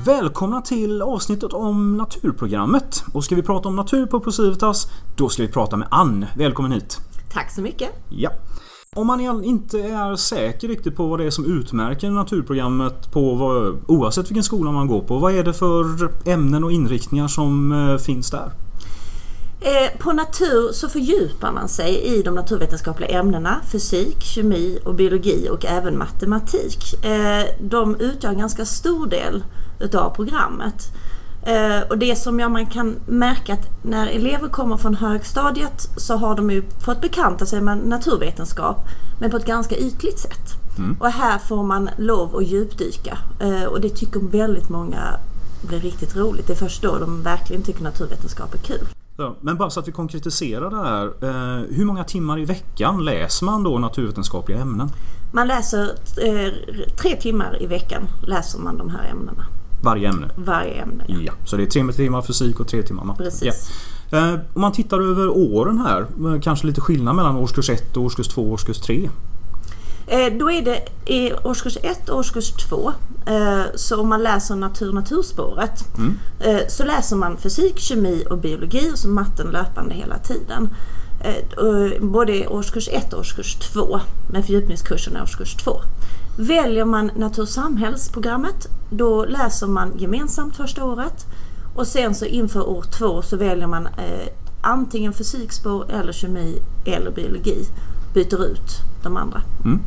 Välkomna till avsnittet om naturprogrammet. Och ska vi prata om natur på Procivitas, då ska vi prata med Ann. Välkommen hit. Tack så mycket. Ja. Om man inte är säker riktigt på vad det är som utmärker naturprogrammet oavsett vilken skola man går på, vad är det för ämnen och inriktningar som finns där? På natur så fördjupar man sig i de naturvetenskapliga ämnena fysik, kemi och biologi och även matematik. De utgör en ganska stor del utav programmet. Och det som man kan märka att när elever kommer från högstadiet så har de ju fått bekanta sig med naturvetenskap, men på ett ganska ytligt sätt. Och här får man lov att djupdyka, och det tycker väldigt många blir riktigt roligt. Det är först då de verkligen tycker naturvetenskap är kul. Ja, men bara så att vi konkretiserar det här, hur många timmar i veckan läser man då naturvetenskapliga ämnen? Man läser 3 timmar i veckan läser man de här ämnena. Varje ämne? Varje ämne, ja. Ja, så det är 3 timmar fysik och 3 timmar matte. Precis. Ja. Om man tittar över åren här, kanske lite skillnad mellan årskurs 1 och årskurs 2 och årskurs 3. Då är det i årskurs 1 och årskurs 2. Så om man läser naturspåret så läser man fysik, kemi och biologi, och så matten löpande hela tiden. Både i årskurs 1 och årskurs 2 med fördjupningskursen i årskurs 2. Väljer man natursamhällsprogrammet, då läser man gemensamt första året, och sen så inför år 2 så väljer man antingen fysikspår eller kemi eller biologi, byter ut de andra.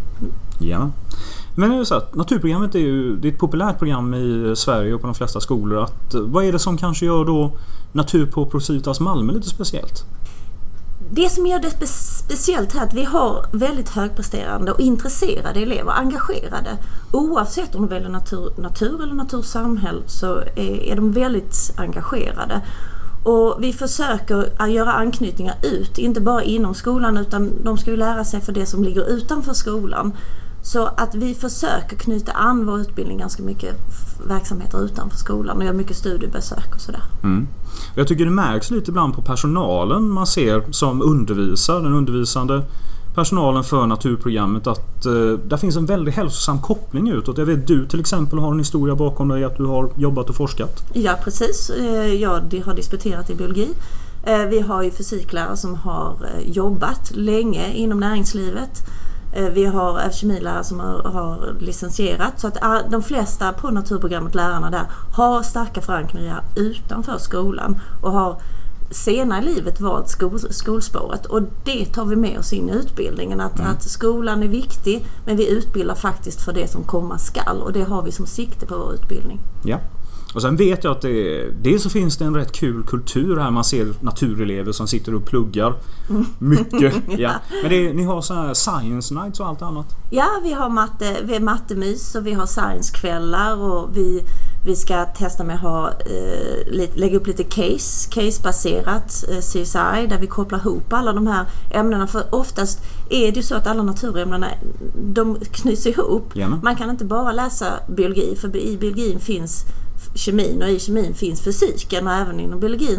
Ja. Men det är så att naturprogrammet det är ett populärt program i Sverige och på de flesta skolor. Vad är det som kanske gör då natur på Procivitas Malmö lite speciellt? Det som gör det speciellt här är att vi har väldigt högpresterande och intresserade elever, engagerade. Oavsett om de väljer natur eller natursamhälle så är de väldigt engagerade. Och vi försöker göra anknytningar ut, inte bara inom skolan, utan de ska ju lära sig för det som ligger utanför skolan. Så att vi försöker knyta an vår utbildning ganska mycket verksamheter utanför skolan och gör mycket studiebesök och sådär. Jag tycker det märks lite ibland på personalen man ser som undervisar, den undervisande personalen för naturprogrammet, att där finns en väldigt hälsosam koppling utåt. Jag vet du till exempel har en historia bakom dig att du har jobbat och forskat. Ja, precis. Jag har disputerat i biologi. Vi har ju fysiklärare som har jobbat länge inom näringslivet. Vi har kemilärare som har licensierat, så att de flesta på naturprogrammet, lärarna där, har starka förankringar utanför skolan och har senare i livet valt skolspåret, och det tar vi med oss in i utbildningen, att skolan är viktig, men vi utbildar faktiskt för det som komma skall, och det har vi som sikte på vår utbildning. Ja. Och sen vet jag att det så finns det en rätt kul kultur här. Man ser naturelever som sitter och pluggar mycket. Ja. Men ni har så här science nights och allt annat? Ja, vi har mattemys och vi har science-kvällar, och vi ska testa med att lägga upp lite case-baserat CSI, där vi kopplar ihop alla de här ämnena. För oftast är det ju så att alla naturämnena, de knyts ihop. Gärna. Man kan inte bara läsa biologi, för i biologin finns kemin och i kemin finns fysiken och även inom biologin.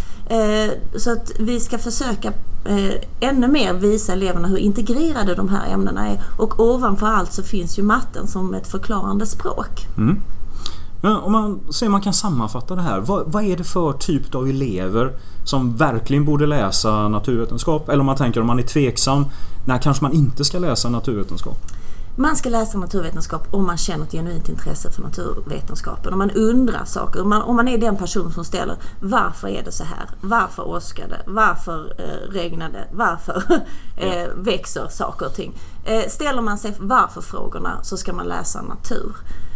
Så att vi ska försöka ännu mer visa eleverna hur integrerade de här ämnena är. Och ovanför allt så finns ju matten som ett förklarande språk. Men om man kan sammanfatta det här, vad är det för typ av elever som verkligen borde läsa naturvetenskap? Eller om man tänker, om man är tveksam, när kanske man inte ska läsa naturvetenskap? Man ska läsa naturvetenskap om man känner ett genuint intresse för naturvetenskapen. Om man undrar saker, om man är den person som ställer varför är det så här? Varför åskar det? Varför regnar det? Varför växer saker och ting? Ställer man sig varför-frågorna så ska man läsa natur.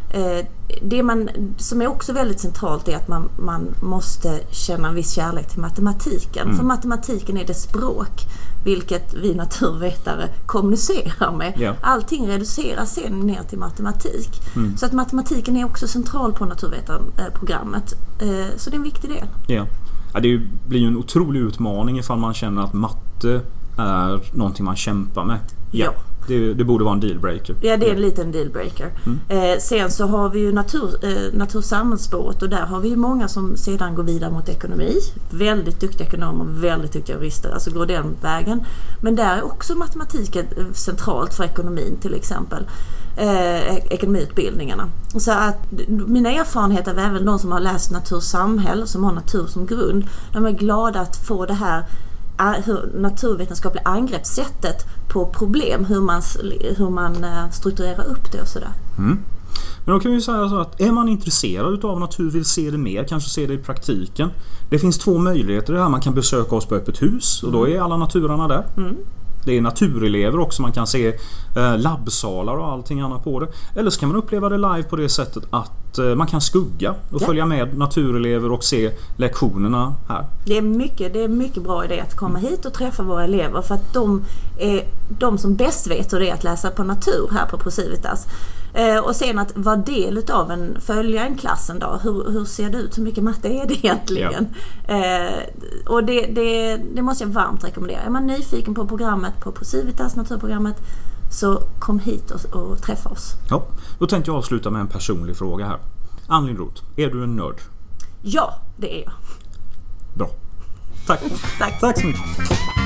Det som är också väldigt centralt är att man måste känna en viss kärlek till matematiken. För matematiken är det språk vilket vi naturvetare kommunicerar med. Yeah. Allting reduceras sen ner till matematik. Så att matematiken är också central på naturvetarprogrammet. Så det är en viktig del. Yeah. Ja, det blir ju en otrolig utmaning ifall man känner att matte är någonting man kämpar med. Ja. Det borde vara en dealbreaker. Ja, det är en liten dealbreaker. Sen så har vi ju natursamhällsspåret, och där har vi ju många som sedan går vidare mot ekonomi. Väldigt duktiga ekonomer, väldigt duktiga jurister, alltså går den vägen. Men där är också matematiken centralt för ekonomin till exempel. ekonomiutbildningarna. Så att mina erfarenheter av även de som har läst natursamhälle, som har natur som grund, de är glada att få det här naturvetenskapliga angreppssättet på problem, hur man strukturerar upp det och sådär. Men då kan vi säga så att är man intresserad av natur, vill se det mer, kanske se det i praktiken. Det finns 2 möjligheter det här. Man kan besöka oss på öppet hus och då är alla naturarna där. Det är naturelever också, man kan se labbsalar och allting annat på det. Eller så kan man uppleva det live på det sättet att man kan skugga och följa med naturelever och se lektionerna här. Det är mycket bra idé att komma hit och träffa våra elever, för att de är de som bäst vet hur det är att läsa på natur här på Procivitas. Och sen att vara del utav följa en klass en dag. Hur ser det ut? Hur mycket matte är det egentligen? Ja. Och det måste jag varmt rekommendera. Är man nyfiken på programmet, på Procivitas naturprogrammet, så kom hit och träffa oss. Ja, då tänkte jag avsluta med en personlig fråga här. Ann Lindroth, är du en nörd? Ja, det är jag. Bra. Tack. Tack. Tack så mycket.